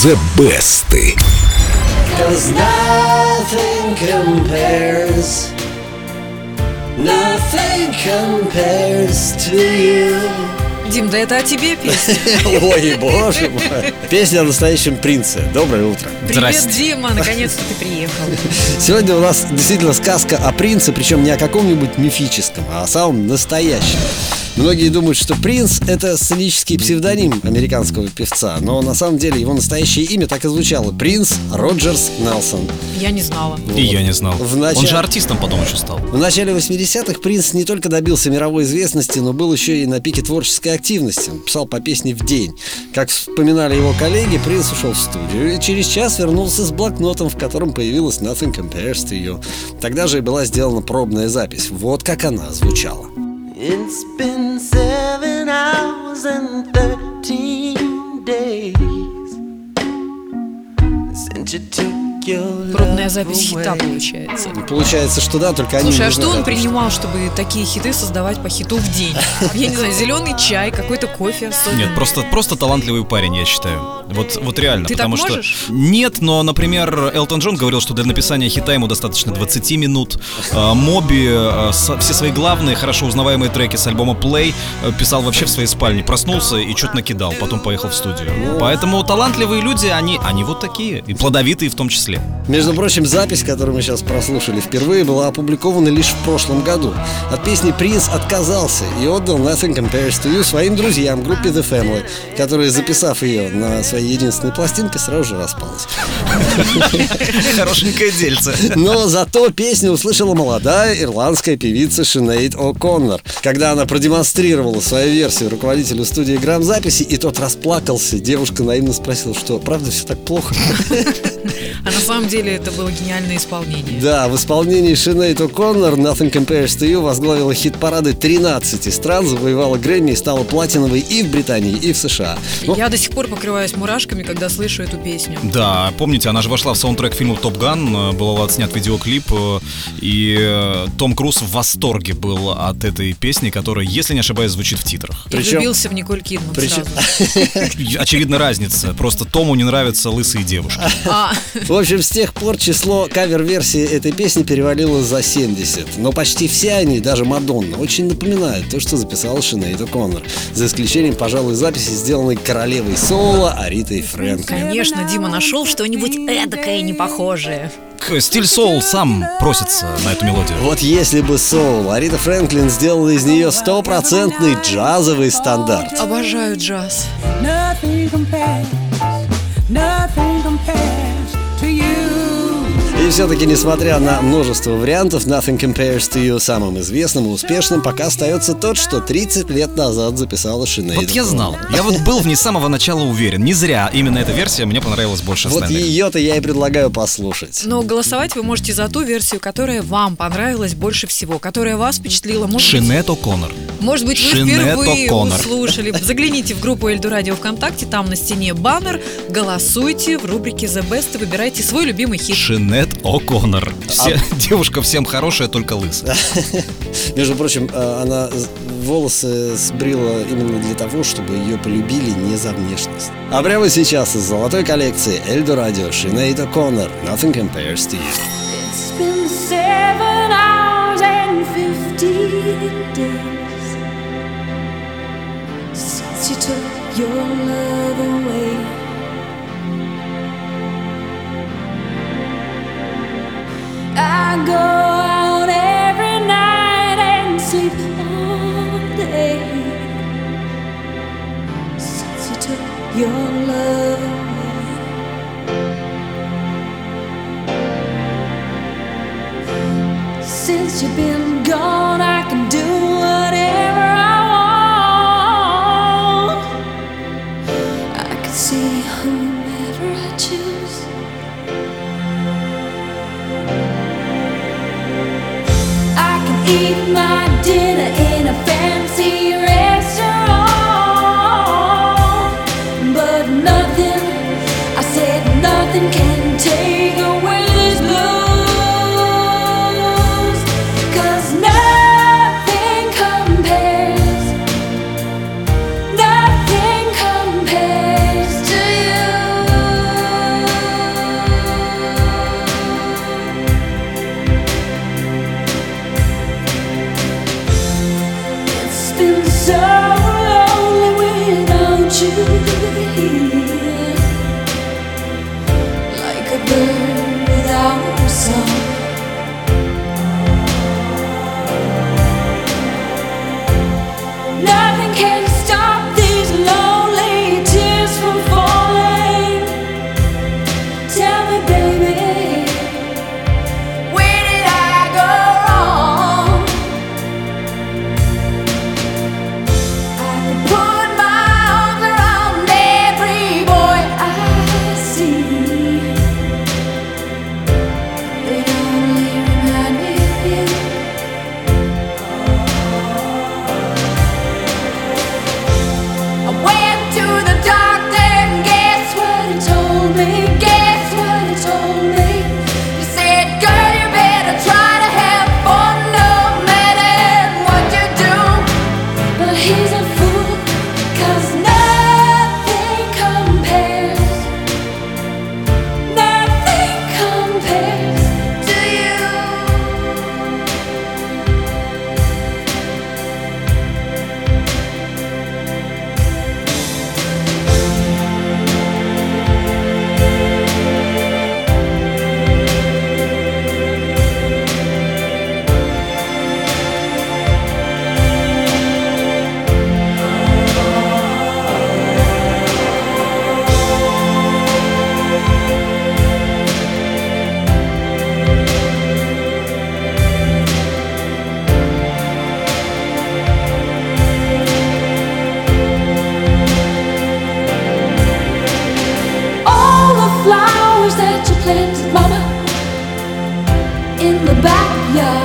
The Best. 'Cause nothing compares to you. Дим, да это о тебе песня. Ой, боже мой. Песня о настоящем принце. Доброе утро. Привет, Дима, наконец-то ты приехал. Сегодня у нас действительно сказка о принце, причем не о каком-нибудь мифическом, а о самом настоящем. Многие думают, что принц — это сценический псевдоним американского певца, но на самом деле его настоящее имя так и звучало — принц Роджерс Нелсон. Я не знала. И я не знал. Он же артистом потом еще стал. В начале 80-х принц не только добился мировой известности, но был еще и на пике творческой активности. Он писал по песне в день. Как вспоминали его коллеги, принц ушел в студию и через час вернулся с блокнотом, в котором появилась Nothing Compares to You. Тогда же и была сделана пробная запись. Вот как она звучала. It's been 7 hours and 13 days since you took your Пробная запись хита получается. Получается, что да, только они... Слушай, а не что знают, он принимал, чтобы такие хиты создавать по хиту в день? Я не знаю, зеленый чай, какой-то кофе особенный. Нет, просто талантливый парень, я считаю. Вот реально. Ты так потому можешь? что нет, но, например, Элтон Джон говорил, что для написания хита ему достаточно 20 минут. Моби все свои главные, хорошо узнаваемые треки с альбома Play писал вообще в своей спальне. Проснулся и что-то накидал, потом поехал в студию. Поэтому талантливые люди, они вот такие. И плодовитые в том числе. Между прочим, запись, которую мы сейчас прослушали, впервые была опубликована лишь в прошлом году. От песни принц отказался и отдал Nothing Compares to You своим друзьям, группе The Family, которые, записав ее на своей единственной пластинке, сразу же распалась. Хорошенькое дельце. Но зато песню услышала молодая ирландская певица Синейд О'Коннор. Когда она продемонстрировала свою версию руководителю студии грамзаписи, и тот расплакался, девушка наивно спросила, что правда все так плохо? А на самом деле это было гениальное исполнение. Да, в исполнении Синейд О'Коннор Nothing Compares to You возглавила хит-парады 13 стран, завоевала Грэмми и стала платиновой и в Британии, и в США. Я до сих пор покрываюсь мурашками, когда слышу эту песню. Да, помните, она же вошла в саундтрек фильма «Топ Ган», был отснят видеоклип, и Том Круз в восторге был от этой песни, которая, если не ошибаюсь, звучит в титрах. И влюбился в Николь Кидман сразу. Очевидно, разница. Просто Тому не нравятся лысые девушки. В общем, с тех пор число кавер-версий этой песни перевалило за 70. Но почти все они, даже Мадонна, очень напоминают то, что записала Синейд О'Коннор. За исключением, пожалуй, записи, сделанной королевой соло Аритой Фрэнклин. Конечно, Дима нашел что-нибудь эдакое непохожее. Стиль соул сам просится на эту мелодию. Вот если бы соул, Арита Фрэнклин сделала из нее стопроцентный джазовый стандарт. Обожаю джаз. Nothing compares to you. И все-таки, несмотря на множество вариантов, Nothing Compares to You самым известным и успешным пока остается тот, что 30 лет назад записала Синейд О'Коннор. Вот я знал. Я вот был в ней с самого начала уверен. Не зря именно эта версия мне понравилась больше Вот остальных. ее-то я и предлагаю послушать. Но голосовать вы можете за ту версию, которая вам понравилась больше всего, которая вас впечатлила. Синейд О'Коннор. Может быть, вы Синейд впервые О'Коннор. услышали. Загляните в группу Эльду Радио ВКонтакте, там на стене баннер. Голосуйте в рубрике The Best и выбирайте свой любимый хит. Синейд О'Коннор. Девушка всем хорошая, только лысая. Между прочим, она волосы сбрила именно для того, чтобы ее полюбили не за внешность. А прямо сейчас из золотой коллекции Эльду Радио Синейд О'Коннор Nothing Compares to You. It's been 7 hours and 15 days since you took your love away. I go out every night and sleep all day since you took your love away. Since you've been gone, I can do whatever I want. I can see planted, mama, in the backyard.